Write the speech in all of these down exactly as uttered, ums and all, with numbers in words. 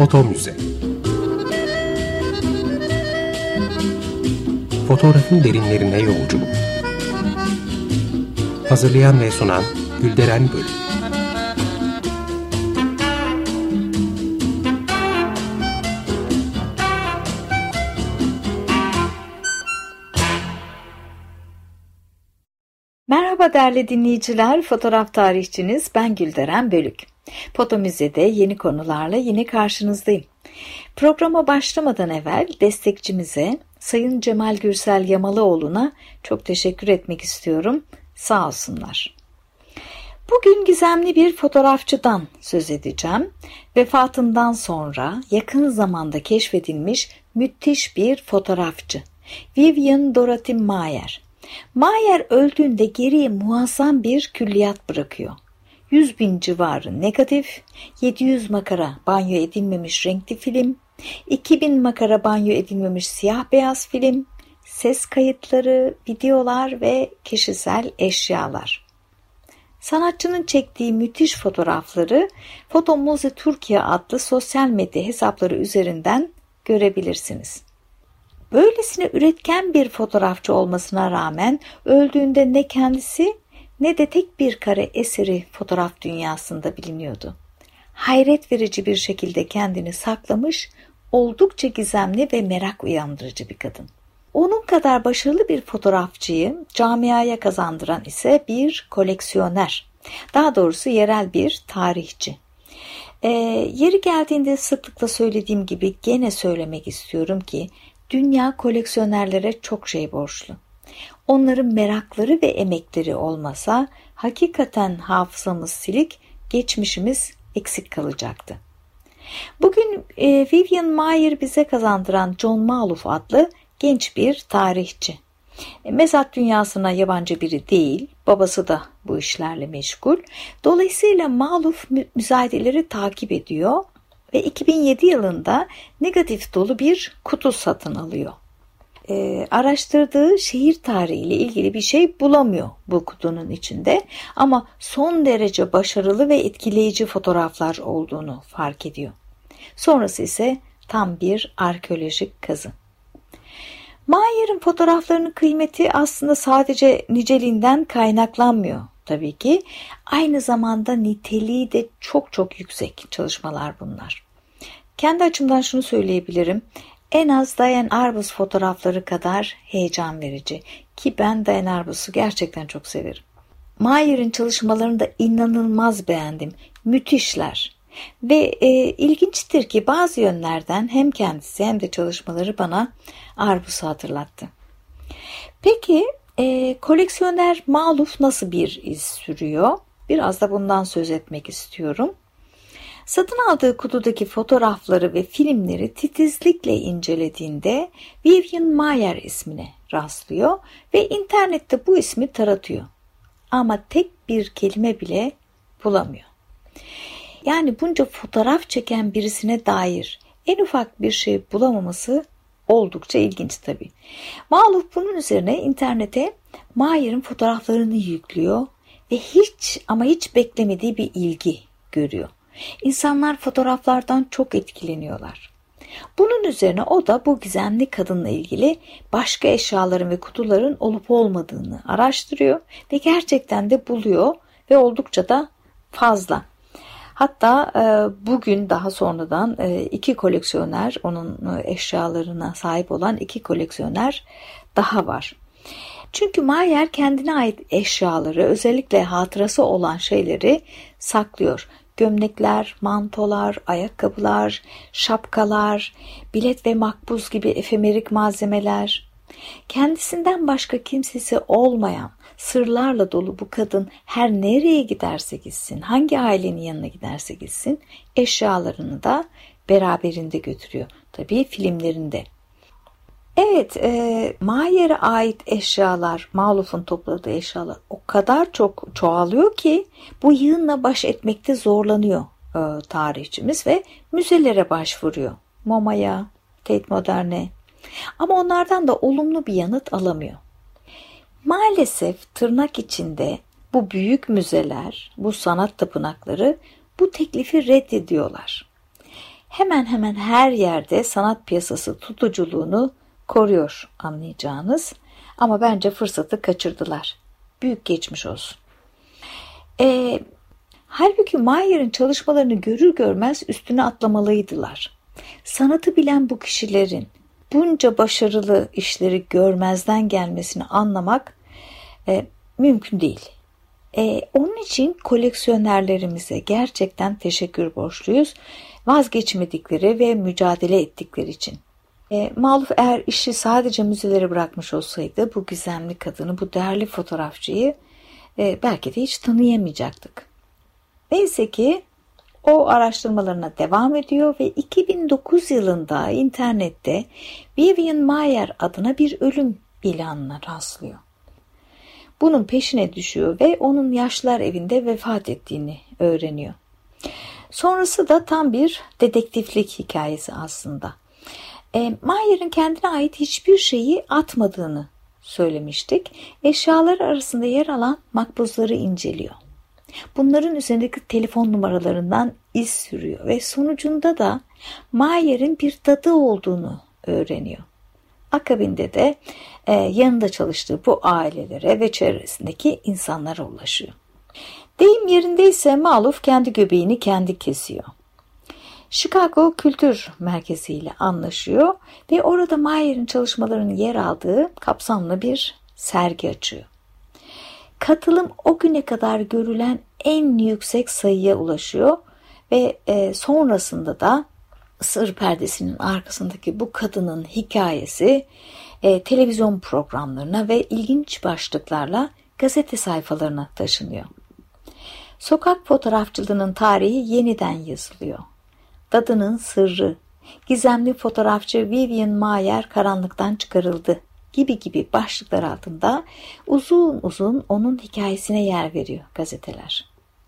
Foto Müze. Fotoğrafın derinlerine yolculuk. Hazırlayan ve sunan Gülderen Bölük. Merhaba değerli dinleyiciler, fotoğraf tarihçiniz ben Gülderen Bölük. Foto Müze'de yeni konularla yine karşınızdayım. Programa başlamadan evvel destekçimize Sayın Cemal Gürsel Yamalıoğlu'na çok teşekkür etmek istiyorum. Sağ olsunlar. Bugün gizemli bir fotoğrafçıdan söz edeceğim. Vefatından sonra yakın zamanda keşfedilmiş müthiş bir fotoğrafçı. Vivian Dorothy Maier. Maier öldüğünde geriye muazzam bir külliyat bırakıyor. yüz bin civarı negatif, yedi yüz makara banyo edilmemiş renkli film, iki bin makara banyo edilmemiş siyah beyaz film, ses kayıtları, videolar ve kişisel eşyalar. Sanatçının çektiği müthiş fotoğrafları Foto Müze Türkiye adlı sosyal medya hesapları üzerinden görebilirsiniz. Böylesine üretken bir fotoğrafçı olmasına rağmen öldüğünde ne kendisi ne de tek bir kare eseri fotoğraf dünyasında biliniyordu. Hayret verici bir şekilde kendini saklamış, oldukça gizemli ve merak uyandırıcı bir kadın. Onun kadar başarılı bir fotoğrafçıyı camiaya kazandıran ise bir koleksiyoner. Daha doğrusu yerel bir tarihçi. Ee, yeri geldiğinde sıklıkla söylediğim gibi gene söylemek istiyorum ki dünya koleksiyonerlere çok şey borçlu. Onların merakları ve emekleri olmasa hakikaten hafızamız silik, geçmişimiz eksik kalacaktı. Bugün e, Vivian Maier bize kazandıran John Maloof adlı genç bir tarihçi. E, mezat dünyasına yabancı biri değil, babası da bu işlerle meşgul. Dolayısıyla Maloof mü- müzayedeleri takip ediyor ve iki bin yedi yılında negatif dolu bir kutu satın alıyor. Ee, araştırdığı şehir tarihiyle ilgili bir şey bulamıyor bu kutunun içinde ama son derece başarılı ve etkileyici fotoğraflar olduğunu fark ediyor. Sonrası ise tam bir arkeolojik kazı. Maier'in fotoğraflarının kıymeti aslında sadece niceliğinden kaynaklanmıyor tabii ki. Aynı zamanda niteliği de çok çok yüksek çalışmalar bunlar. Kendi açımdan şunu söyleyebilirim. En az Diane Arbus fotoğrafları kadar heyecan verici ki ben Diane Arbus'u gerçekten çok severim. Maier'in çalışmalarını da inanılmaz beğendim. Müthişler. Ve e, ilginçtir ki bazı yönlerden hem kendisi hem de çalışmaları bana Arbus'u hatırlattı. Peki e, koleksiyoner Maloof nasıl bir iz sürüyor? Biraz da bundan söz etmek istiyorum. Satın aldığı kutudaki fotoğrafları ve filmleri titizlikle incelediğinde Vivian Maier ismine rastlıyor ve internette bu ismi taratıyor. Ama tek bir kelime bile bulamıyor. Yani bunca fotoğraf çeken birisine dair en ufak bir şey bulamaması oldukça ilginç tabii. Maloof bunun üzerine internete Maier'in fotoğraflarını yüklüyor ve hiç ama hiç beklemediği bir ilgi görüyor. İnsanlar fotoğraflardan çok etkileniyorlar. Bunun üzerine o da bu gizemli kadınla ilgili başka eşyaların ve kutuların olup olmadığını araştırıyor ve gerçekten de buluyor ve oldukça da fazla. Hatta e, bugün daha sonradan e, iki koleksiyoner, onun e, eşyalarına sahip olan iki koleksiyoner daha var. Çünkü Maier kendine ait eşyaları, özellikle hatırası olan şeyleri saklıyor. Gömlekler, mantolar, ayakkabılar, şapkalar, bilet ve makbuz gibi efemerik malzemeler. Kendisinden başka kimsesi olmayan, sırlarla dolu bu kadın her nereye giderse gitsin, hangi ailenin yanına giderse gitsin, eşyalarını da beraberinde götürüyor. Tabii filmlerinde. Evet, e, Maier'e ait eşyalar, Maloof'un topladığı eşyalar o kadar çok çoğalıyor ki bu yığınla baş etmekte zorlanıyor e, tarihçimiz ve müzelere başvuruyor. MoMA'ya, Tate Modern'e, ama onlardan da olumlu bir yanıt alamıyor. Maalesef tırnak içinde bu büyük müzeler, bu sanat tapınakları bu teklifi reddediyorlar. hemen hemen her yerde sanat piyasası tutuculuğunu koruyor anlayacağınız. Ama bence fırsatı kaçırdılar. Büyük geçmiş olsun. E, halbuki Mayer'in çalışmalarını görür görmez üstüne atlamalıydılar. Sanatı bilen bu kişilerin bunca başarılı işleri görmezden gelmesini anlamak e, mümkün değil. E, onun için koleksiyonerlerimize gerçekten teşekkür borçluyuz. Vazgeçmedikleri ve mücadele ettikleri için. E, Maluf eğer işi sadece müzelere bırakmış olsaydı bu gizemli kadını, bu değerli fotoğrafçıyı e, belki de hiç tanıyamayacaktık. Neyse ki o araştırmalarına devam ediyor ve iki bin dokuz yılında internette Vivian Maier adına bir ölüm ilanına rastlıyor. Bunun peşine düşüyor ve onun yaşlılar evinde vefat ettiğini öğreniyor. Sonrası da tam bir dedektiflik hikayesi aslında. E, Maier'in kendine ait hiçbir şeyi atmadığını söylemiştik. Eşyaları arasında yer alan makbuzları inceliyor. Bunların üzerindeki telefon numaralarından iz sürüyor ve sonucunda da Maier'in bir dadı olduğunu öğreniyor. Akabinde de e, yanında çalıştığı bu ailelere ve çevresindeki insanlara ulaşıyor. Deyim yerindeyse Maluf kendi göbeğini kendi kesiyor. Chicago Kültür Merkezi ile anlaşıyor ve orada Maier'in çalışmalarının yer aldığı kapsamlı bir sergi açıyor. Katılım o güne kadar görülen en yüksek sayıya ulaşıyor ve e, sonrasında da sır perdesinin arkasındaki bu kadının hikayesi e, televizyon programlarına ve ilginç başlıklarla gazete sayfalarına taşınıyor. Sokak fotoğrafçılığının tarihi yeniden yazılıyor. Dadının sırrı, gizemli fotoğrafçı Vivian Maier karanlıktan çıkarıldı gibi gibi başlıklar altında uzun uzun onun hikayesine yer veriyor gazeteler.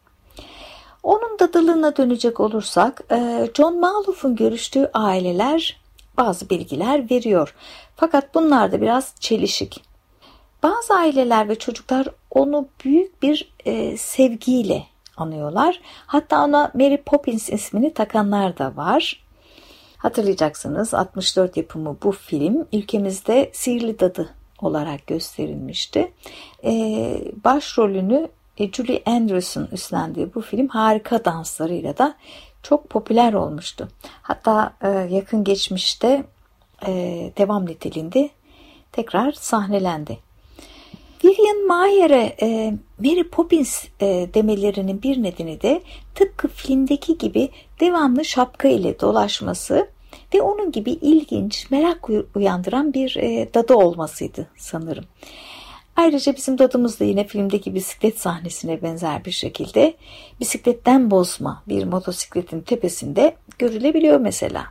Onun dadılığına dönecek olursak, John Maluf'un görüştüğü aileler bazı bilgiler veriyor. Fakat bunlar da biraz çelişik. Bazı aileler ve çocuklar onu büyük bir e, sevgiyle anıyorlar. Hatta ona Mary Poppins ismini takanlar da var. Hatırlayacaksınız altmış dört yapımı bu film ülkemizde Sihirli Dadı olarak gösterilmişti. Ee, başrolünü Julie Andrews'un üstlendiği bu film harika danslarıyla da çok popüler olmuştu. Hatta e, yakın geçmişte e, devam niteliğinde tekrar sahnelendi. Vivian Maier'e e, Mary Poppins e, demelerinin bir nedeni de tıpkı filmdeki gibi devamlı şapka ile dolaşması ve onun gibi ilginç, merak uyandıran bir e, dadı olmasıydı sanırım. Ayrıca bizim dadımız da yine filmdeki bisiklet sahnesine benzer bir şekilde bisikletten bozma bir motosikletin tepesinde görülebiliyor mesela.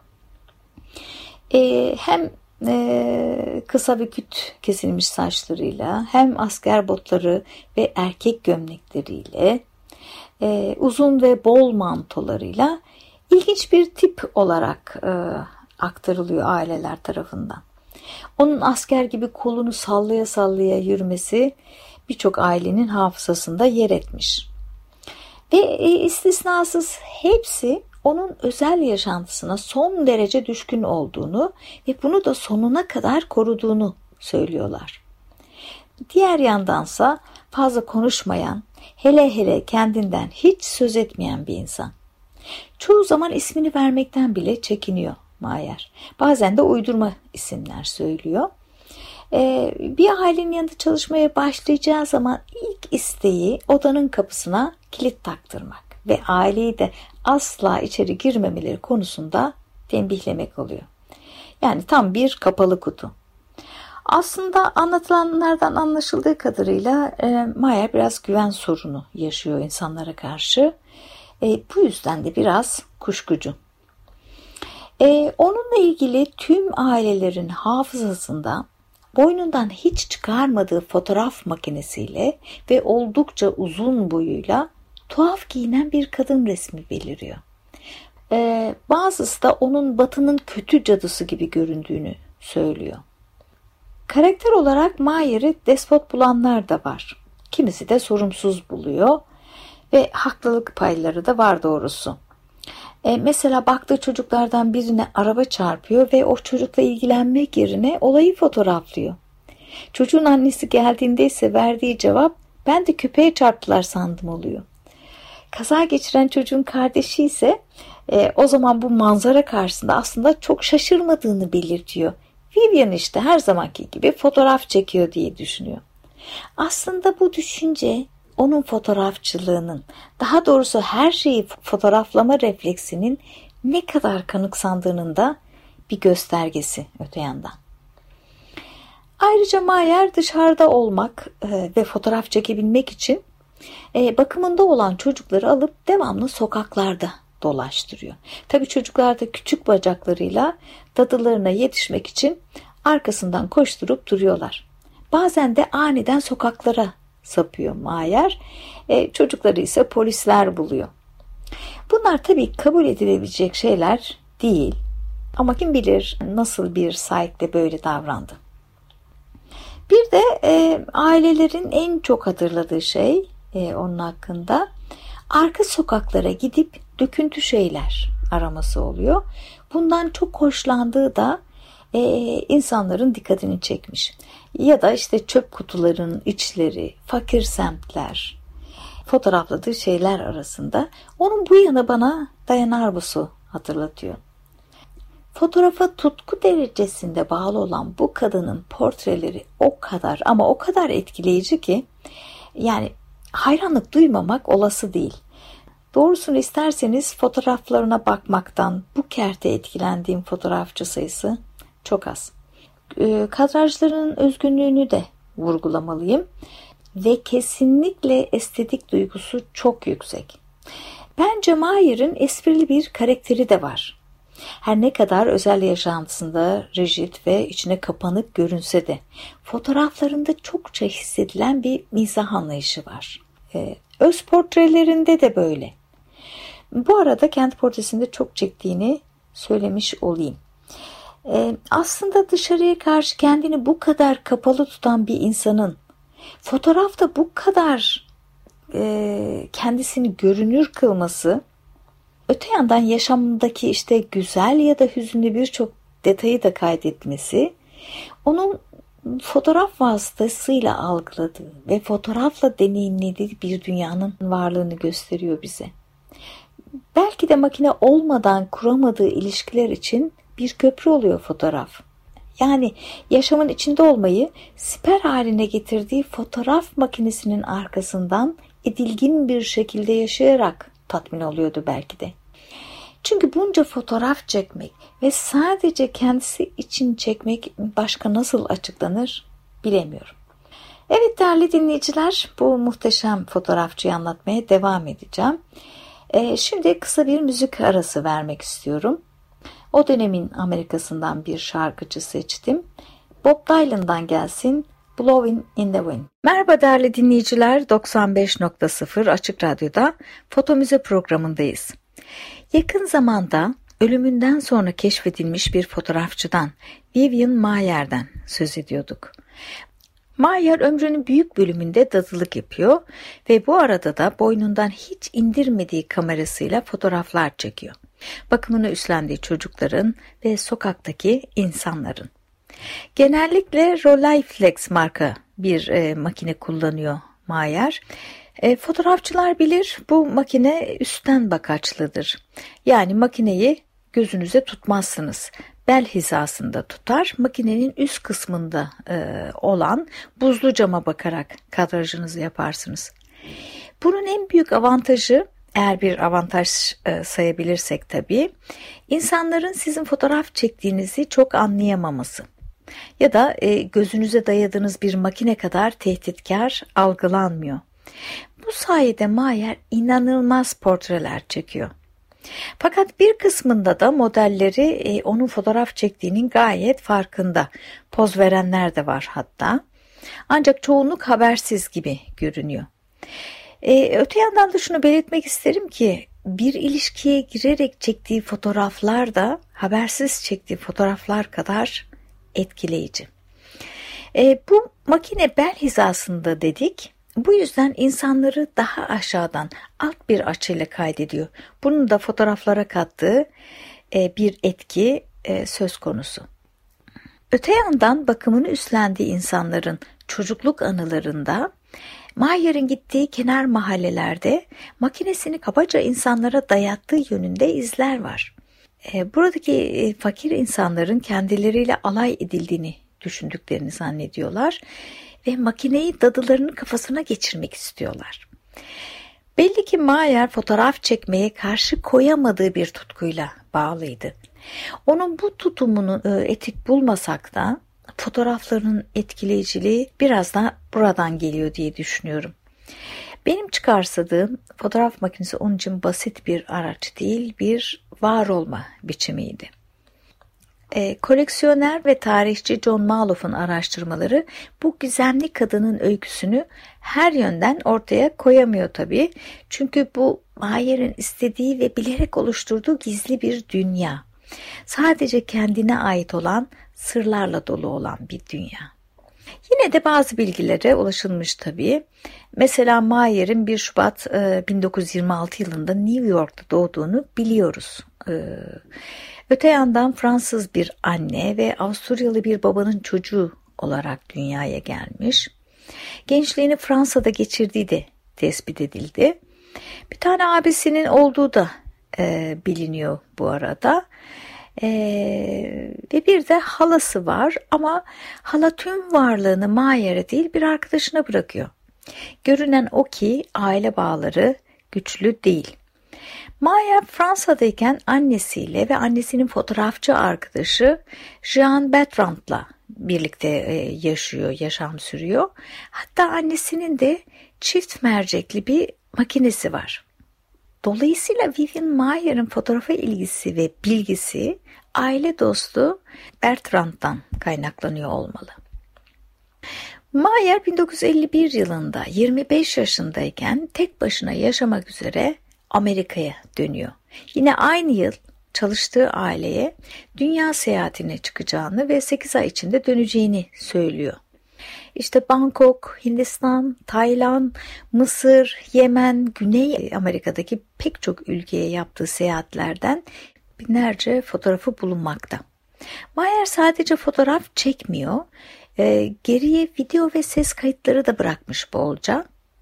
E, hem e, kısa ve küt kesilmiş saçlarıyla hem asker botları ve erkek gömlekleriyle e, uzun ve bol mantolarıyla ilginç bir tip olarak e, aktarılıyor aileler tarafından. Onun asker gibi kolunu sallaya sallaya yürümesi birçok ailenin hafızasında yer etmiş. Ve e, istisnasız hepsi onun özel yaşantısına son derece düşkün olduğunu ve bunu da sonuna kadar koruduğunu söylüyorlar. Diğer yandansa fazla konuşmayan, hele hele kendinden hiç söz etmeyen bir insan. Çoğu zaman ismini vermekten bile çekiniyor Maier. Bazen de uydurma isimler söylüyor. Ee, bir ailenin yanında çalışmaya başlayacağı zaman ilk isteği odanın kapısına kilit taktırmak ve aileyi de asla içeri girmemeleri konusunda tembihlemek oluyor. Yani tam bir kapalı kutu. Aslında anlatılanlardan anlaşıldığı kadarıyla e, Maier biraz güven sorunu yaşıyor insanlara karşı. E, bu yüzden de biraz kuşkucu. E, onunla ilgili tüm ailelerin hafızasında boynundan hiç çıkarmadığı fotoğraf makinesiyle ve oldukça uzun boyuyla tuhaf giyinen bir kadın resmi beliriyor. E, bazısı da onun Batı'nın kötü cadısı gibi göründüğünü söylüyor. Karakter olarak Maier'i despot bulanlar da var. Kimisi de sorumsuz buluyor ve haklılık payları da var doğrusu. E, mesela baktığı çocuklardan birine araba çarpıyor ve o çocukla ilgilenmek yerine olayı fotoğraflıyor. Çocuğun annesi geldiğinde ise verdiği cevap ben de köpeğe çarptılar sandım oluyor. Kaza geçiren çocuğun kardeşi ise e, o zaman bu manzara karşısında aslında çok şaşırmadığını belirtiyor. Vivian işte her zamanki gibi fotoğraf çekiyor diye düşünüyor. Aslında bu düşünce onun fotoğrafçılığının, daha doğrusu her şeyi fotoğraflama refleksinin ne kadar kanıksandığının da bir göstergesi öte yandan. Ayrıca Mayer dışarıda olmak e, ve fotoğraf çekebilmek için e, bakımında olan çocukları alıp devamlı sokaklarda dolaştırıyor. Tabii çocuklar da küçük bacaklarıyla dadılarına yetişmek için arkasından koşturup duruyorlar. Bazen de aniden sokaklara sapıyor Mayer. E, çocukları ise polisler buluyor. Bunlar tabii kabul edilebilecek şeyler değil. Ama kim bilir nasıl bir sahip böyle davrandı. Bir de e, ailelerin en çok hatırladığı şey e, onun hakkında arka sokaklara gidip döküntü şeyler araması oluyor. Bundan çok hoşlandığı da e, insanların dikkatini çekmiş. Ya da işte çöp kutularının içleri, fakir semtler, fotoğrafladığı şeyler arasında onun bu yana bana Diane Arbus'u hatırlatıyor. Fotoğrafa tutku derecesinde bağlı olan bu kadının portreleri o kadar ama o kadar etkileyici ki yani hayranlık duymamak olası değil. Doğrusunu isterseniz fotoğraflarına bakmaktan bu kerte etkilendiğim fotoğrafçı sayısı çok az. Kadrajlarının özgünlüğünü de vurgulamalıyım ve kesinlikle estetik duygusu çok yüksek. Bence Mayer'in esprili bir karakteri de var. Her ne kadar özel yaşantısında rigid ve içine kapanık görünse de fotoğraflarında çokça hissedilen bir mizah anlayışı var. Ee, öz portrelerinde de böyle. Bu arada kendi portresinde çok çektiğini söylemiş olayım. Ee, aslında dışarıya karşı kendini bu kadar kapalı tutan bir insanın fotoğrafta bu kadar e, kendisini görünür kılması, öte yandan yaşamındaki işte güzel ya da hüzünlü birçok detayı da kaydetmesi, onun fotoğraf vasıtasıyla algıladığı ve fotoğrafla deneyimlediği bir dünyanın varlığını gösteriyor bize. Belki de makine olmadan kuramadığı ilişkiler için bir köprü oluyor fotoğraf. Yani yaşamın içinde olmayı siper haline getirdiği fotoğraf makinesinin arkasından edilgin bir şekilde yaşayarak tatmin oluyordu belki de. Çünkü bunca fotoğraf çekmek ve sadece kendisi için çekmek başka nasıl açıklanır bilemiyorum. Evet değerli dinleyiciler, bu muhteşem fotoğrafçıyı anlatmaya devam edeceğim. Ee, şimdi kısa bir müzik arası vermek istiyorum. O dönemin Amerika'sından bir şarkıcı seçtim. Bob Dylan'dan gelsin, Blowing in the Wind. Merhaba değerli dinleyiciler, doksan beş nokta sıfır Açık Radyo'da Foto Müze programındayız. Yakın zamanda ölümünden sonra keşfedilmiş bir fotoğrafçıdan, Vivian Mayer'den söz ediyorduk. Mayer ömrünün büyük bölümünde dadılık yapıyor ve bu arada da boynundan hiç indirmediği kamerasıyla fotoğraflar çekiyor. Bakımını üstlendiği çocukların ve sokaktaki insanların. Genellikle Rolleiflex marka bir e, makine kullanıyor Mayer. E, fotoğrafçılar bilir, bu makine üstten bakaçlıdır. Yani makineyi gözünüze tutmazsınız. Bel hizasında tutar, makinenin üst kısmında e, olan buzlu cama bakarak kadrajınızı yaparsınız. Bunun en büyük avantajı, eğer bir avantaj e, sayabilirsek tabii, insanların sizin fotoğraf çektiğinizi çok anlayamaması. Ya da e, gözünüze dayadığınız bir makine kadar tehditkar algılanmıyor. Bu sayede Mayer inanılmaz portreler çekiyor. Fakat bir kısmında da modelleri e, onun fotoğraf çektiğinin gayet farkında. Poz verenler de var hatta. Ancak çoğunluk habersiz gibi görünüyor. E, öte yandan da şunu belirtmek isterim ki bir ilişkiye girerek çektiği fotoğraflar da habersiz çektiği fotoğraflar kadar etkileyici. E, bu makine bel hizasında dedik. Bu yüzden insanları daha aşağıdan, alt bir açıyla kaydediyor. Bunun da fotoğraflara kattığı bir etki söz konusu. Öte yandan bakımını üstlendiği insanların çocukluk anılarında Mayer'in gittiği kenar mahallelerde makinesini kabaca insanlara dayattığı yönünde izler var. Buradaki fakir insanların kendileriyle alay edildiğini düşündüklerini zannediyorlar ve makineyi dadılarının kafasına geçirmek istiyorlar. Belli ki Mayer fotoğraf çekmeye karşı koyamadığı bir tutkuyla bağlıydı. Onun bu tutumunu etik bulmasak da fotoğraflarının etkileyiciliği biraz da buradan geliyor diye düşünüyorum. Benim çıkarsadığım fotoğraf makinesi onun için basit bir araç değil, bir var olma biçimiydi. E, koleksiyoner ve tarihçi John Maloff'un araştırmaları bu gizemli kadının öyküsünü her yönden ortaya koyamıyor tabii. Çünkü bu Mayer'in istediği ve bilerek oluşturduğu gizli bir dünya. Sadece kendine ait olan, sırlarla dolu olan bir dünya. Yine de bazı bilgilere ulaşılmış tabii. Mesela Mayer'in bir Şubat bin dokuz yüz yirmi altı yılında New York'ta doğduğunu biliyoruz. Öte yandan Fransız bir anne ve Avusturyalı bir babanın çocuğu olarak dünyaya gelmiş. Gençliğini Fransa'da geçirdiği de tespit edildi. Bir tane abisinin olduğu da e, biliniyor bu arada. E, ve bir de halası var ama hala tüm varlığını Mayer'e değil bir arkadaşına bırakıyor. Görünen o ki aile bağları güçlü değil. Mayer Fransa'dayken annesiyle ve annesinin fotoğrafçı arkadaşı Jean Bertrand'la birlikte yaşıyor, yaşam sürüyor. Hatta annesinin de çift mercekli bir makinesi var. Dolayısıyla Vivian Mayer'in fotoğrafa ilgisi ve bilgisi aile dostu Bertrand'dan kaynaklanıyor olmalı. Mayer bin dokuz yüz elli bir yılında yirmi beş yaşındayken tek başına yaşamak üzere Amerika'ya dönüyor. Yine aynı yıl çalıştığı aileye dünya seyahatine çıkacağını ve sekiz ay içinde döneceğini söylüyor. İşte Bangkok, Hindistan, Tayland, Mısır, Yemen, Güney Amerika'daki pek çok ülkeye yaptığı seyahatlerden binlerce fotoğrafı bulunmakta. Mayer sadece fotoğraf çekmiyor, e, geriye video ve ses kayıtları da bırakmış bolca.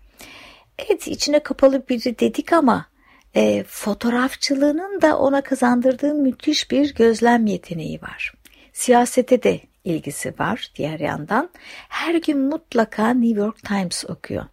Evet, içine kapalı biri dedik ama e, fotoğrafçılığının da ona kazandırdığı müthiş bir gözlem yeteneği var. Siyasete de ilgisi var diğer yandan. Her gün mutlaka New York Times okuyor.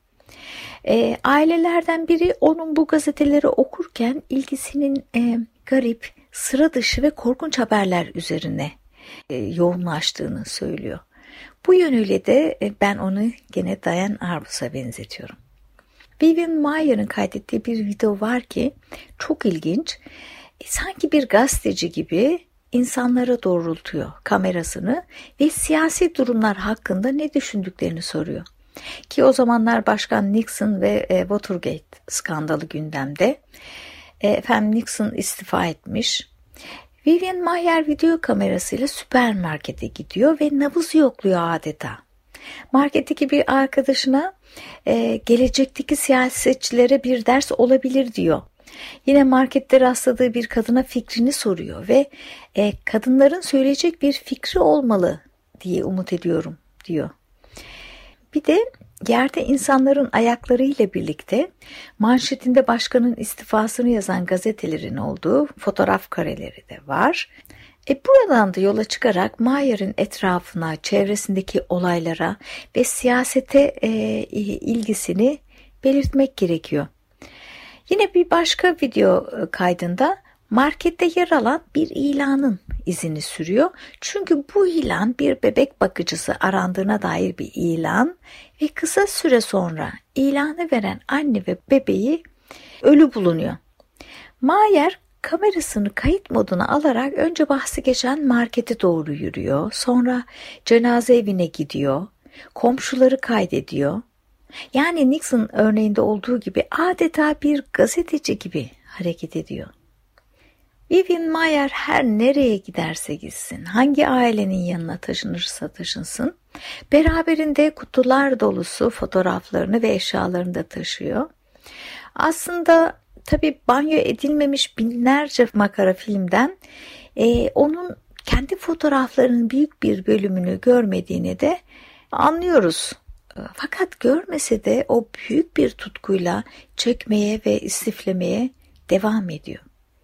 E, ailelerden biri onun bu gazeteleri okurken ilgisinin e, garip, sıra dışı ve korkunç haberler üzerine e, yoğunlaştığını söylüyor. Bu yönüyle de e, ben onu gene Diane Arbus'a benzetiyorum. Vivian Mayer'ın kaydettiği bir video var ki çok ilginç. E, sanki bir gazeteci gibi insanlara doğrultuyor kamerasını ve siyasi durumlar hakkında ne düşündüklerini soruyor. Ki o zamanlar Başkan Nixon ve e, Watergate skandalı gündemde. E, efendim Nixon istifa etmiş. Vivian Mayer video kamerasıyla süpermarkete gidiyor ve nabız yokluyor adeta. Marketteki bir arkadaşına e, gelecekteki siyasetçilere bir ders olabilir diyor. Yine markette rastladığı bir kadına fikrini soruyor ve e, kadınların söyleyecek bir fikri olmalı diye umut ediyorum diyor. Bir de yerde insanların ayaklarıyla birlikte manşetinde başkanın istifasını yazan gazetelerin olduğu fotoğraf kareleri de var. E buradan da yola çıkarak Mayer'in etrafına, çevresindeki olaylara ve siyasete e, ilgisini belirtmek gerekiyor. Yine bir başka video kaydında markette yer alan bir ilanın izini sürüyor. Çünkü bu ilan bir bebek bakıcısı arandığına dair bir ilan ve kısa süre sonra ilanı veren anne ve bebeği ölü bulunuyor. Mayer kamerasını kayıt moduna alarak önce bahsi geçen markete doğru yürüyor. Sonra cenaze evine gidiyor. Komşuları kaydediyor. Yani Nixon örneğinde olduğu gibi adeta bir gazeteci gibi hareket ediyor. Vivian Maier her nereye giderse gitsin, hangi ailenin yanına taşınırsa taşınsın, beraberinde kutular dolusu fotoğraflarını ve eşyalarını da taşıyor. Aslında tabii banyo edilmemiş binlerce makara filmden e, onun kendi fotoğraflarının büyük bir bölümünü görmediğini de anlıyoruz. Fakat görmese de o büyük bir tutkuyla çekmeye ve istiflemeye devam ediyor.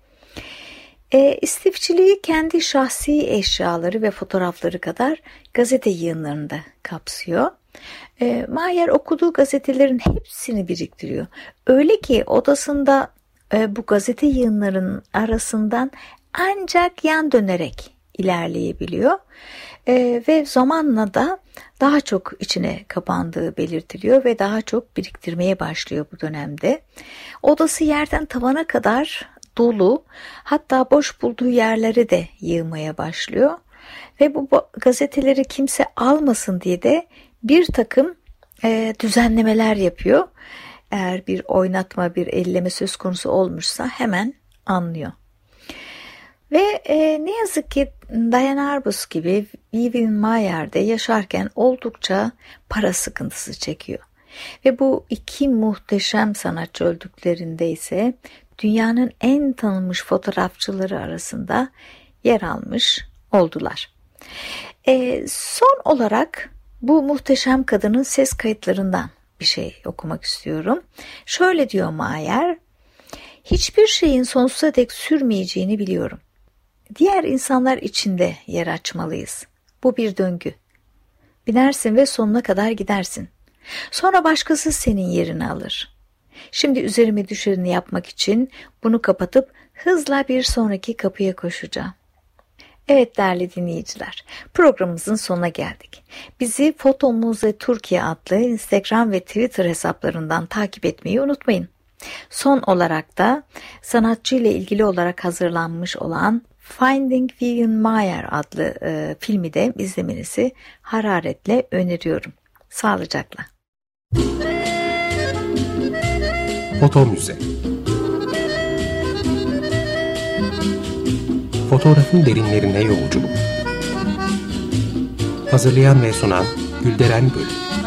E, istifçiliği kendi şahsi eşyaları ve fotoğrafları kadar gazete yığınlarını da kapsıyor. E, Maier okuduğu gazetelerin hepsini biriktiriyor. Öyle ki odasında e, bu gazete yığınlarının arasından ancak yan dönerek ilerleyebiliyor. E, ve zamanla da daha çok içine kapandığı belirtiliyor ve daha çok biriktirmeye başlıyor bu dönemde. Odası yerden tavana kadar dolu, hatta boş bulduğu yerlere de yığmaya başlıyor. Ve bu gazeteleri kimse almasın diye de bir takım e, düzenlemeler yapıyor. Eğer bir oynatma, bir elleme söz konusu olmuşsa hemen anlıyor. Ve e, ne yazık ki Diane Arbus gibi Vivian Maier de yaşarken oldukça para sıkıntısı çekiyor. Ve bu iki muhteşem sanatçı öldüklerinde ise dünyanın en tanınmış fotoğrafçıları arasında yer almış oldular. E, son olarak bu muhteşem kadının ses kayıtlarından bir şey okumak istiyorum. Şöyle diyor Maier: "Hiçbir şeyin sonsuza dek sürmeyeceğini biliyorum. Diğer insanlar içinde yer açmalıyız. Bu bir döngü. Binersin ve sonuna kadar gidersin. Sonra başkası senin yerini alır. Şimdi üzerime düşeni yapmak için bunu kapatıp hızla bir sonraki kapıya koşacağım." Evet değerli dinleyiciler, programımızın sonuna geldik. Bizi Foto Muze Türkiye adlı Instagram ve Twitter hesaplarından takip etmeyi unutmayın. Son olarak da sanatçı ile ilgili olarak hazırlanmış olan Finding Vivian Maier adlı e, filmi de izlemenizi hararetle öneriyorum. Sağlıcakla. Foto Müze. Fotoğrafın derinlerine yolculuk. Hazırlayan ve sunan Gülderen Bölük.